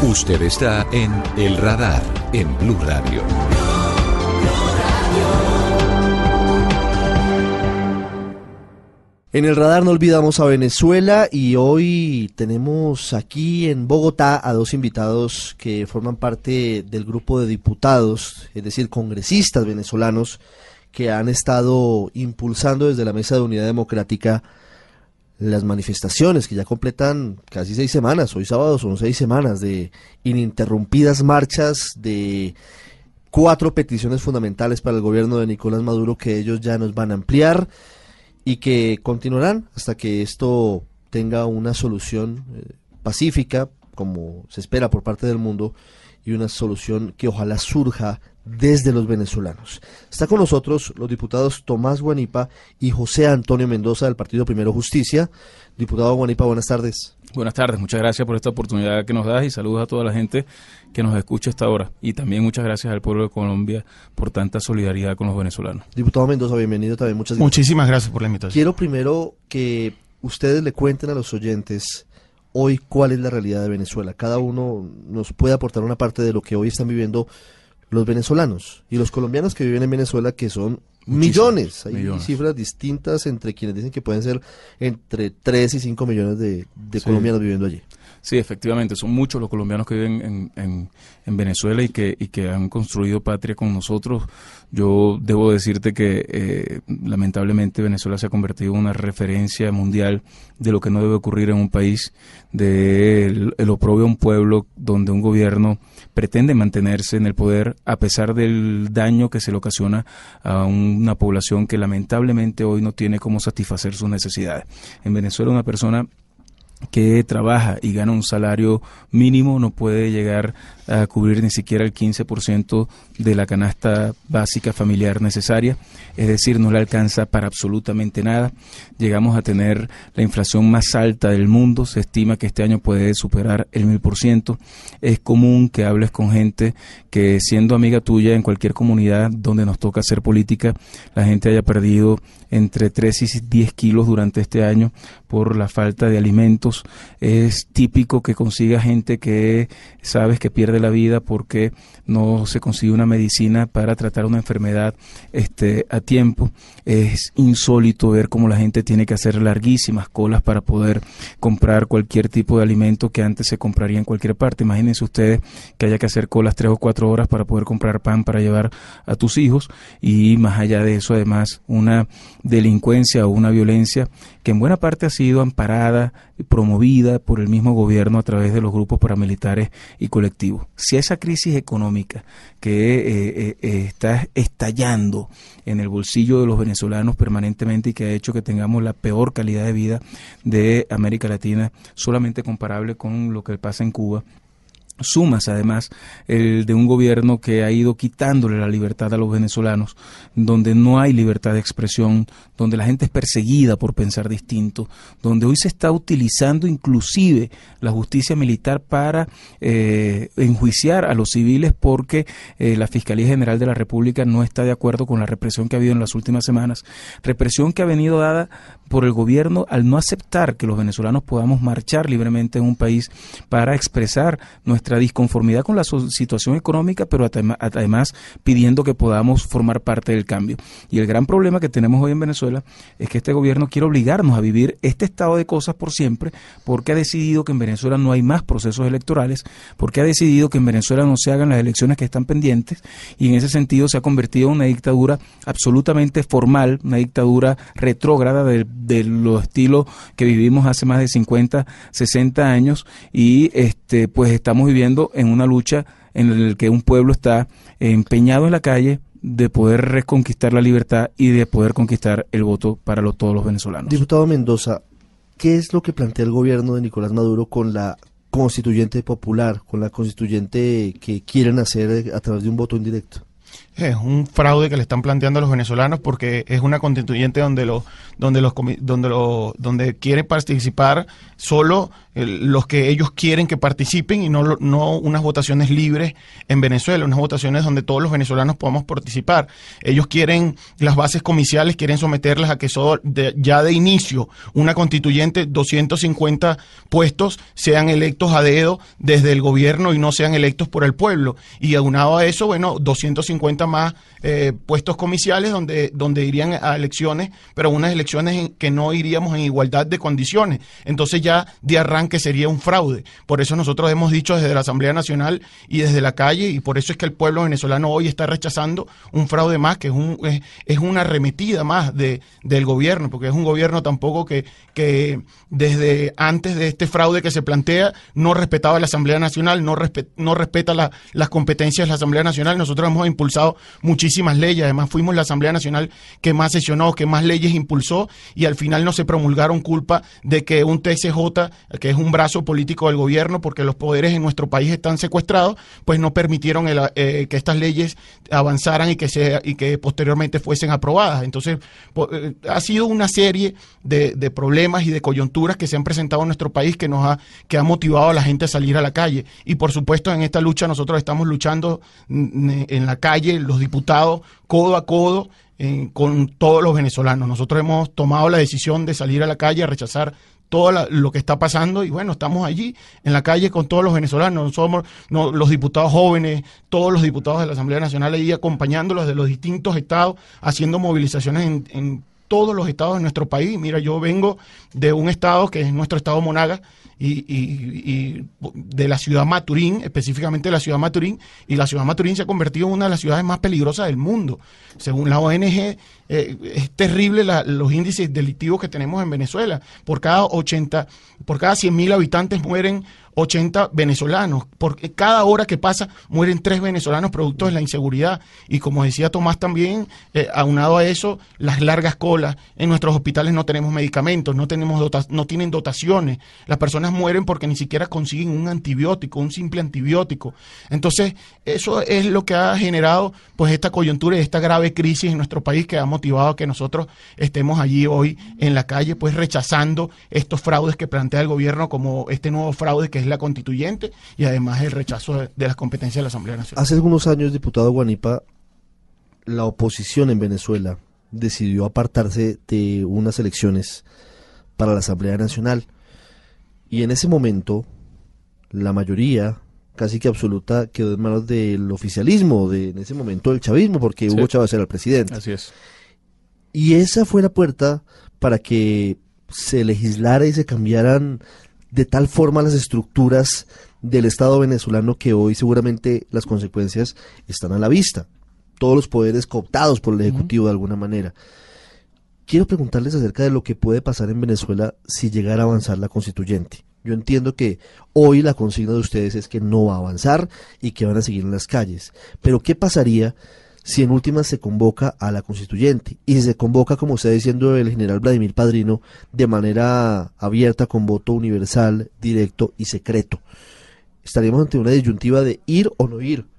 Usted está en El Radar, en Blue Radio. En El Radar no olvidamos a Venezuela y hoy tenemos aquí en Bogotá a dos invitados que forman parte del grupo de diputados, es decir, congresistas venezolanos que han estado impulsando desde la Mesa de Unidad Democrática las manifestaciones que ya completan casi 6 semanas. Hoy sábado son 6 semanas de ininterrumpidas marchas, de 4 peticiones fundamentales para el gobierno de Nicolás Maduro que ellos ya nos van a ampliar y que continuarán hasta que esto tenga una solución pacífica, como se espera por parte del mundo, y una solución que ojalá surja desde los venezolanos. Está con nosotros los diputados Tomás Guanipa y José Antonio Mendoza del Partido Primero Justicia. Diputado Guanipa, buenas tardes. Buenas tardes, muchas gracias por esta oportunidad que nos das y saludos a toda la gente que nos escucha hasta ahora. Y también muchas gracias al pueblo de Colombia por tanta solidaridad con los venezolanos. Diputado Mendoza, bienvenido también, muchas gracias. Muchísimas gracias por la invitación. Quiero primero que ustedes le cuenten a los oyentes hoy cuál es la realidad de Venezuela. Cada uno nos puede aportar una parte de lo que hoy están viviendo los venezolanos y los colombianos que viven en Venezuela, que son millones. Hay cifras distintas entre quienes dicen que pueden ser entre 3 y 5 millones de colombianos viviendo allí. Sí, efectivamente, son muchos los colombianos que viven en Venezuela y que han construido patria con nosotros. Yo debo decirte que lamentablemente Venezuela se ha convertido en una referencia mundial de lo que no debe ocurrir en un país, de el oprobio a un pueblo donde un gobierno pretende mantenerse en el poder a pesar del daño que se le ocasiona a una población que lamentablemente hoy no tiene cómo satisfacer sus necesidades. En Venezuela una persona que trabaja y gana un salario mínimo no puede llegar a cubrir ni siquiera el 15% de la canasta básica familiar necesaria, es decir, no le alcanza para absolutamente nada. Llegamos a tener la inflación más alta del mundo, se estima que este año puede superar el 1000%. Es común que hables con gente que, siendo amiga tuya en cualquier comunidad donde nos toca hacer política, la gente haya perdido entre 3 y 10 kilos durante este año por la falta de alimentos. Es típico que consiga gente que sabes que pierde la vida porque no se consigue una medicina para tratar una enfermedad a tiempo. Es insólito ver cómo la gente tiene que hacer larguísimas colas para poder comprar cualquier tipo de alimento que antes se compraría en cualquier parte. Imagínense ustedes que haya que hacer colas 3 o 4 horas para poder comprar pan para llevar a tus hijos, y más allá de eso además una delincuencia o una violencia que en buena parte ha sido amparada y promovida por el mismo gobierno a través de los grupos paramilitares y colectivos. Si esa crisis económica que está estallando en el bolsillo de los venezolanos permanentemente y que ha hecho que tengamos la peor calidad de vida de América Latina, solamente comparable con lo que pasa en Cuba, sumas además el de un gobierno que ha ido quitándole la libertad a los venezolanos, donde no hay libertad de expresión, donde la gente es perseguida por pensar distinto, donde hoy se está utilizando inclusive la justicia militar para enjuiciar a los civiles porque la Fiscalía General de la República no está de acuerdo con la represión que ha habido en las últimas semanas, represión que ha venido dada por el gobierno al no aceptar que los venezolanos podamos marchar libremente en un país para expresar nuestra disconformidad con la situación económica, pero además pidiendo que podamos formar parte del cambio. Y el gran problema que tenemos hoy en Venezuela es que este gobierno quiere obligarnos a vivir este estado de cosas por siempre, porque ha decidido que en Venezuela no hay más procesos electorales, porque ha decidido que en Venezuela no se hagan las elecciones que están pendientes, y en ese sentido se ha convertido en una dictadura absolutamente formal, una dictadura retrógrada de los estilos que vivimos hace más de 50, 60 años, y pues estamos viviendo en una lucha en la que un pueblo está empeñado en la calle de poder reconquistar la libertad y de poder conquistar el voto para todos los venezolanos. Diputado Mendoza, ¿qué es lo que plantea el gobierno de Nicolás Maduro con la constituyente popular, con la constituyente que quieren hacer a través de un voto indirecto? Es un fraude que le están planteando a los venezolanos, porque es una constituyente donde quieren participar solo los que ellos quieren que participen y no unas votaciones libres en Venezuela, unas votaciones donde todos los venezolanos podamos participar. Ellos quieren las bases comiciales, quieren someterlas a que ya de inicio una constituyente, 250 puestos sean electos a dedo desde el gobierno y no sean electos por el pueblo. Y aunado a eso, bueno, 250 más puestos comiciales donde irían a elecciones, pero unas elecciones en que no iríamos en igualdad de condiciones. Entonces ya de arranque sería un fraude. Por eso nosotros hemos dicho desde la Asamblea Nacional y desde la calle, y por eso es que el pueblo venezolano hoy está rechazando un fraude más, que es una arremetida más del gobierno, porque es un gobierno tampoco que desde antes de este fraude que se plantea no respetaba la Asamblea Nacional, no respeta las competencias de la Asamblea Nacional. Nosotros hemos impulsado muchísimas leyes, además fuimos la Asamblea Nacional que más sesionó, que más leyes impulsó, y al final no se promulgaron culpa de que un TSJ, que es un brazo político del gobierno, porque los poderes en nuestro país están secuestrados, pues no permitieron que estas leyes avanzaran y que posteriormente fuesen aprobadas. Entonces ha sido una serie de problemas y de coyunturas que se han presentado en nuestro país que ha motivado a la gente a salir a la calle. Y por supuesto en esta lucha nosotros estamos luchando en la calle, los diputados, codo a codo, con todos los venezolanos. Nosotros hemos tomado la decisión de salir a la calle a rechazar todo lo que está pasando, y bueno, estamos allí en la calle con todos los venezolanos. Somos los diputados jóvenes, todos los diputados de la Asamblea Nacional ahí acompañándolos de los distintos estados, haciendo movilizaciones en todos los estados de nuestro país. Mira, yo vengo de un estado que es nuestro estado Monagas, y de la ciudad Maturín, específicamente de la ciudad Maturín, y la ciudad Maturín se ha convertido en una de las ciudades más peligrosas del mundo. Según la ONG, es terrible los índices delictivos que tenemos en Venezuela. Por cada 100.000 habitantes mueren 80 venezolanos. Por cada hora que pasa mueren 3 venezolanos producto de la inseguridad. Y como decía Tomás también, aunado a eso, las largas colas. En nuestros hospitales no tenemos medicamentos, no tienen dotaciones. Las personas mueren porque ni siquiera consiguen un antibiótico, un simple antibiótico. Entonces, eso es lo que ha generado pues esta coyuntura y esta grave crisis en nuestro país, que ha motivado a que nosotros estemos allí hoy en la calle, pues rechazando estos fraudes que plantea el gobierno, como este nuevo fraude que es la constituyente, y además el rechazo de las competencias de la Asamblea Nacional. Hace algunos años, diputado Guanipa, la oposición en Venezuela decidió apartarse de unas elecciones para la Asamblea Nacional, y en ese momento la mayoría casi que absoluta quedó en manos del oficialismo, en ese momento del chavismo, porque Hugo Chávez era el presidente. Así es. Y esa fue la puerta para que se legislara y se cambiaran de tal forma las estructuras del Estado venezolano, que hoy seguramente las consecuencias están a la vista. Todos los poderes cooptados por el Ejecutivo de alguna manera. Quiero preguntarles acerca de lo que puede pasar en Venezuela si llegara a avanzar la constituyente. Yo entiendo que hoy la consigna de ustedes es que no va a avanzar y que van a seguir en las calles. Pero ¿qué pasaría si en últimas se convoca a la constituyente? Y si se convoca, como está diciendo el general Vladimir Padrino, de manera abierta, con voto universal, directo y secreto. Estaríamos ante una disyuntiva de ir o no ir.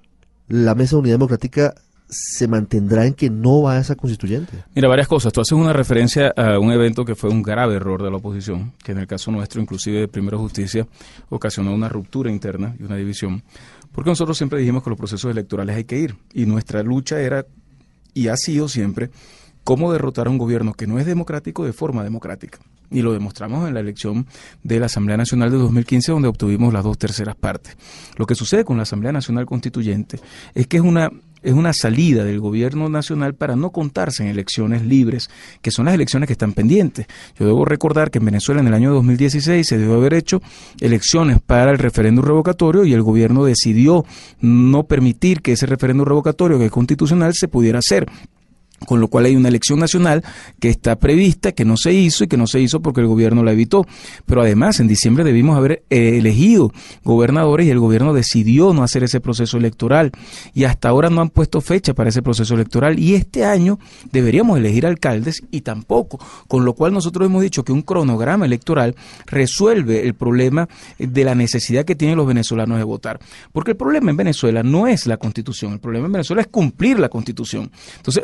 La Mesa de Unidad Democrática se mantendrá en que no va a esa constituyente. Mira, varias cosas. Tú haces una referencia a un evento que fue un grave error de la oposición, que en el caso nuestro, inclusive de Primero Justicia, ocasionó una ruptura interna y una división, porque nosotros siempre dijimos que los procesos electorales hay que ir, y nuestra lucha era, y ha sido siempre, cómo derrotar a un gobierno que no es democrático de forma democrática. Y lo demostramos en la elección de la Asamblea Nacional de 2015, donde obtuvimos las 2/3 partes. Lo que sucede con la Asamblea Nacional Constituyente es que es una salida del gobierno nacional para no contarse en elecciones libres, que son las elecciones que están pendientes. Yo debo recordar que en Venezuela en el año 2016 se debió haber hecho elecciones para el referéndum revocatorio, y el gobierno decidió no permitir que ese referéndum revocatorio, que es constitucional, se pudiera hacer. Con lo cual hay una elección nacional que está prevista, que no se hizo, y que no se hizo porque el gobierno la evitó. Pero además, en diciembre debimos haber elegido gobernadores, y el gobierno decidió no hacer ese proceso electoral. Y hasta ahora no han puesto fecha para ese proceso electoral. Y este año deberíamos elegir alcaldes, y tampoco. Con lo cual nosotros hemos dicho que un cronograma electoral resuelve el problema de la necesidad que tienen los venezolanos de votar. Porque el problema en Venezuela no es la Constitución. El problema en Venezuela es cumplir la Constitución. Entonces, una Constitución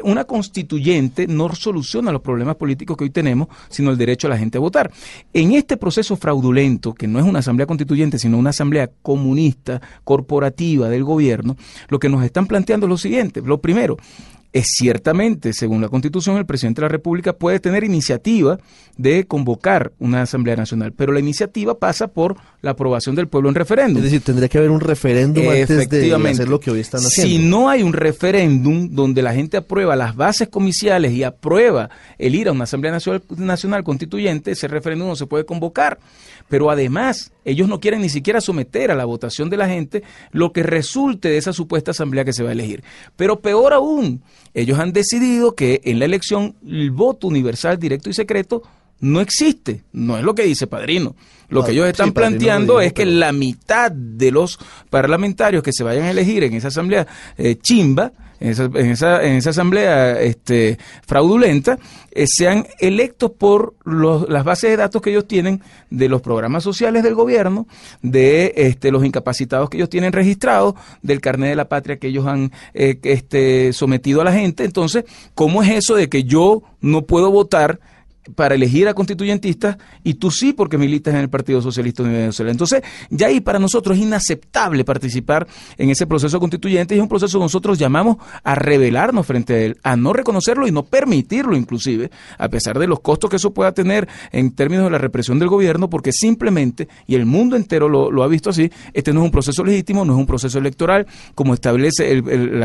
constituyente no soluciona los problemas políticos que hoy tenemos, sino el derecho a la gente a votar. En este proceso fraudulento, que no es una asamblea constituyente, sino una asamblea comunista, corporativa del gobierno, lo que nos están planteando es lo siguiente. Lo primero, es ciertamente, según la Constitución, el presidente de la República puede tener iniciativa de convocar una Asamblea Nacional, pero la iniciativa pasa por la aprobación del pueblo en referéndum. Es decir, tendría que haber un referéndum antes de hacer lo que hoy están haciendo. Si no hay un referéndum donde la gente aprueba las bases comiciales y aprueba el ir a una Asamblea Nacional Constituyente, ese referéndum no se puede convocar. Pero además, ellos no quieren ni siquiera someter a la votación de la gente lo que resulte de esa supuesta asamblea que se va a elegir. Pero peor aún, ellos han decidido que en la elección el voto universal, directo y secreto no existe. No es lo que dice Padrino. Lo que ellos están planteando es que la mitad de los parlamentarios que se vayan a elegir en esa asamblea chimba, en esa asamblea fraudulenta, sean electos por las bases de datos que ellos tienen de los programas sociales del gobierno, de los incapacitados que ellos tienen registrados, del carnet de la patria que ellos han sometido a la gente. Entonces, ¿cómo es eso de que yo no puedo votar para elegir a constituyentistas y tú sí porque militas en el Partido Socialista de Venezuela? Entonces, ya ahí para nosotros es inaceptable participar en ese proceso constituyente, y es un proceso que nosotros llamamos a rebelarnos frente a él, a no reconocerlo y no permitirlo inclusive, a pesar de los costos que eso pueda tener en términos de la represión del gobierno, porque simplemente, y el mundo entero lo ha visto así, este no es un proceso legítimo, no es un proceso electoral como establece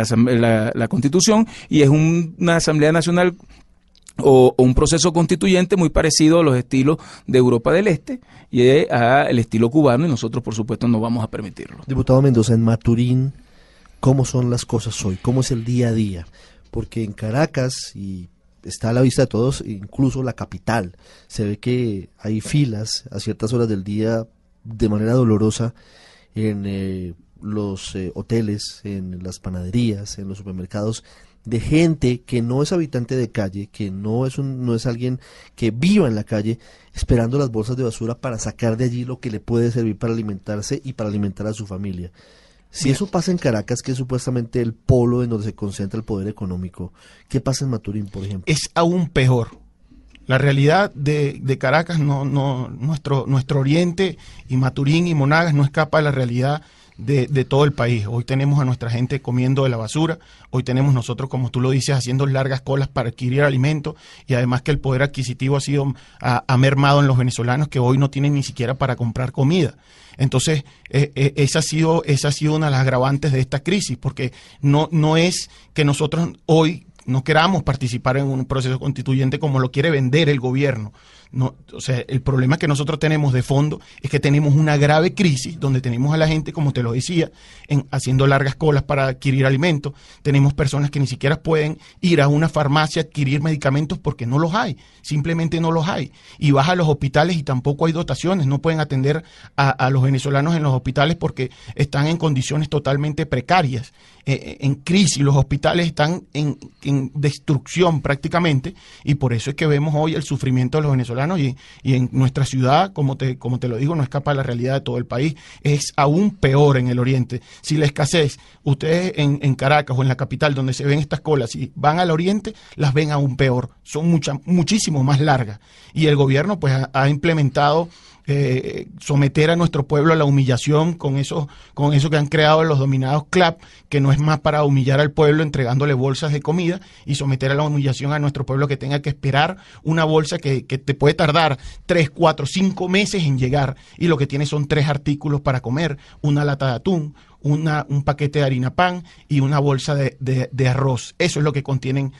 la Constitución, y es una Asamblea Nacional o un proceso constituyente muy parecido a los estilos de Europa del Este y al estilo cubano, y nosotros por supuesto no vamos a permitirlo. Diputado Mendoza, en Maturín, ¿cómo son las cosas hoy? ¿Cómo es el día a día? Porque en Caracas, y está a la vista de todos, incluso la capital, se ve que hay filas a ciertas horas del día de manera dolorosa en los hoteles, en las panaderías, en los supermercados, de gente que no es habitante de calle, que no es alguien que viva en la calle, esperando las bolsas de basura para sacar de allí lo que le puede servir para alimentarse y para alimentar a su familia. Si eso pasa en Caracas, que es supuestamente el polo en donde se concentra el poder económico, ¿qué pasa en Maturín, por ejemplo? Es aún peor. La realidad de Caracas, nuestro oriente y Maturín y Monagas no escapa de la realidad de todo el país. Hoy tenemos a nuestra gente comiendo de la basura, hoy tenemos nosotros, como tú lo dices, haciendo largas colas para adquirir alimentos, y además que el poder adquisitivo ha mermado en los venezolanos, que hoy no tienen ni siquiera para comprar comida. Entonces, esa ha sido una de las agravantes de esta crisis, porque no es que nosotros hoy no queramos participar en un proceso constituyente como lo quiere vender el gobierno. No, o sea, el problema que nosotros tenemos de fondo es que tenemos una grave crisis donde tenemos a la gente, como te lo decía, haciendo largas colas para adquirir alimentos. Tenemos personas que ni siquiera pueden ir a una farmacia a adquirir medicamentos porque no los hay, simplemente no los hay. Y vas a los hospitales y tampoco hay dotaciones, no pueden atender a los venezolanos en los hospitales porque están en condiciones totalmente precarias, en crisis. Los hospitales están en destrucción prácticamente, y por eso es que vemos hoy el sufrimiento de los venezolanos, y en nuestra ciudad, como te lo digo, no escapa de la realidad de todo el país. Es aún peor en el oriente. Si la escasez, ustedes en Caracas o en la capital donde se ven estas colas, si van al oriente, las ven aún peor, son muchísimo más largas, y el gobierno pues ha implementado someter a nuestro pueblo a la humillación con eso que han creado los dominados CLAP, que no es más para humillar al pueblo entregándole bolsas de comida, y someter a la humillación a nuestro pueblo que tenga que esperar una bolsa que te puede tardar 3, 4, 5 meses en llegar, y lo que tiene son 3 artículos para comer: una lata de atún, un paquete de harina pan y una bolsa de arroz. Eso es lo que contienen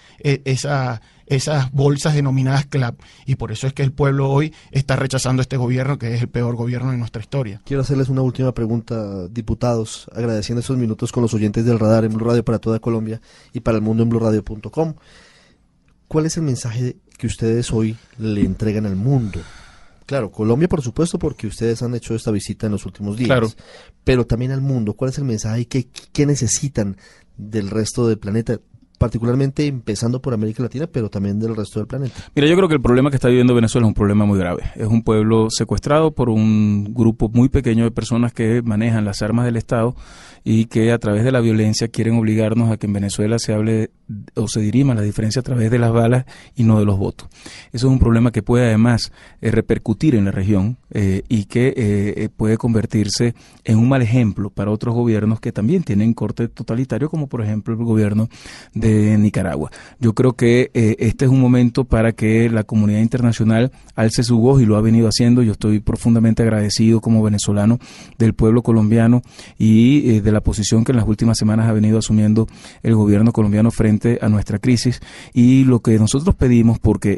esas bolsas denominadas CLAP, y por eso es que el pueblo hoy está rechazando este gobierno, que es el peor gobierno de nuestra historia. Quiero hacerles una última pregunta, diputados, agradeciendo estos minutos con los oyentes del Radar en Blue Radio para toda Colombia y para el mundo en bluradio.com. ¿Cuál es el mensaje que ustedes hoy le entregan al mundo? Claro, Colombia por supuesto, porque ustedes han hecho esta visita en los últimos días, claro, pero también al mundo. ¿Cuál es el mensaje y qué necesitan del resto del planeta, particularmente empezando por América Latina, pero también del resto del planeta? Mira, yo creo que el problema que está viviendo Venezuela es un problema muy grave. Es un pueblo secuestrado por un grupo muy pequeño de personas que manejan las armas del Estado y que a través de la violencia quieren obligarnos a que en Venezuela se hable o se dirima la diferencia a través de las balas y no de los votos. Eso es un problema que puede además repercutir en la región y que puede convertirse en un mal ejemplo para otros gobiernos que también tienen corte totalitario, como por ejemplo el gobierno de Nicaragua. Yo creo que este es un momento para que la comunidad internacional alce su voz, y lo ha venido haciendo. Yo estoy profundamente agradecido como venezolano del pueblo colombiano y de la posición que en las últimas semanas ha venido asumiendo el gobierno colombiano frente a nuestra crisis. Y lo que nosotros pedimos, porque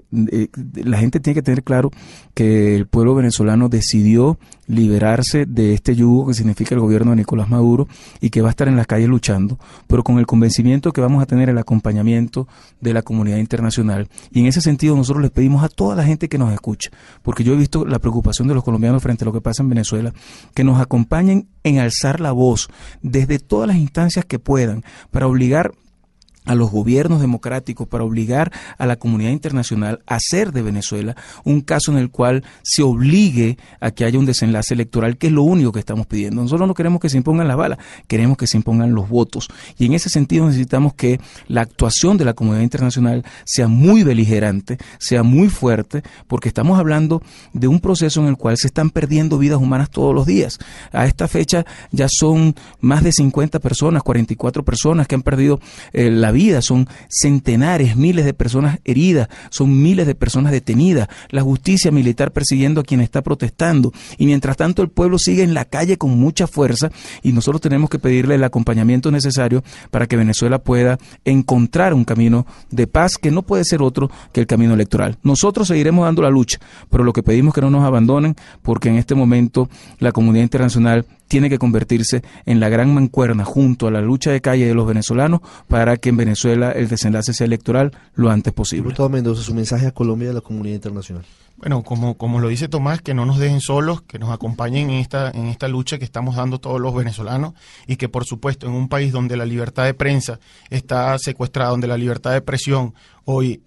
la gente tiene que tener claro que el pueblo venezolano decidió liberarse de este yugo que significa el gobierno de Nicolás Maduro y que va a estar en las calles luchando, pero con el convencimiento que vamos a tener el acompañamiento de la comunidad internacional. Y en ese sentido nosotros les pedimos a toda la gente que nos escucha, porque yo he visto la preocupación de los colombianos frente a lo que pasa en Venezuela, que nos acompañen en alzar la voz desde todas las instancias que puedan para obligar a los gobiernos democráticos, para obligar a la comunidad internacional a hacer de Venezuela un caso en el cual se obligue a que haya un desenlace electoral, que es lo único que estamos pidiendo. Nosotros no queremos que se impongan las balas, queremos que se impongan los votos. Y en ese sentido necesitamos que la actuación de la comunidad internacional sea muy beligerante, sea muy fuerte, porque estamos hablando de un proceso en el cual se están perdiendo vidas humanas todos los días. A esta fecha ya son más de 50 personas, 44 personas que han perdido la vida, son centenares, miles de personas heridas, son miles de personas detenidas, la justicia militar persiguiendo a quien está protestando, y mientras tanto el pueblo sigue en la calle con mucha fuerza, y nosotros tenemos que pedirle el acompañamiento necesario para que Venezuela pueda encontrar un camino de paz que no puede ser otro que el camino electoral. Nosotros seguiremos dando la lucha, pero lo que pedimos es que no nos abandonen, porque en este momento la comunidad internacional tiene que convertirse en la gran mancuerna junto a la lucha de calle de los venezolanos para que en Venezuela el desenlace sea electoral lo antes posible. Diputado Mendoza, su mensaje a Colombia y a la comunidad internacional. Bueno, como lo dice Tomás, que no nos dejen solos, que nos acompañen en esta lucha que estamos dando todos los venezolanos, y que por supuesto en un país donde la libertad de prensa está secuestrada, donde la libertad de expresión hoy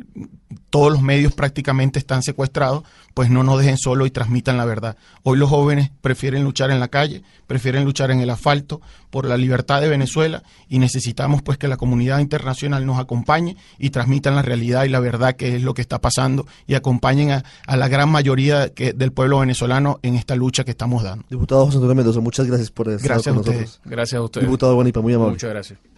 todos los medios prácticamente están secuestrados, pues no nos dejen solos y transmitan la verdad. Hoy los jóvenes prefieren luchar en la calle, prefieren luchar en el asfalto por la libertad de Venezuela, y necesitamos pues que la comunidad internacional nos acompañe y transmitan la realidad y la verdad, que es lo que está pasando, y acompañen a la gran mayoría del pueblo venezolano en esta lucha que estamos dando. Diputado José Antonio Mendoza, muchas gracias por estar con nosotros. Gracias a ustedes. Diputado Guanipa, muy amable. Muchas gracias.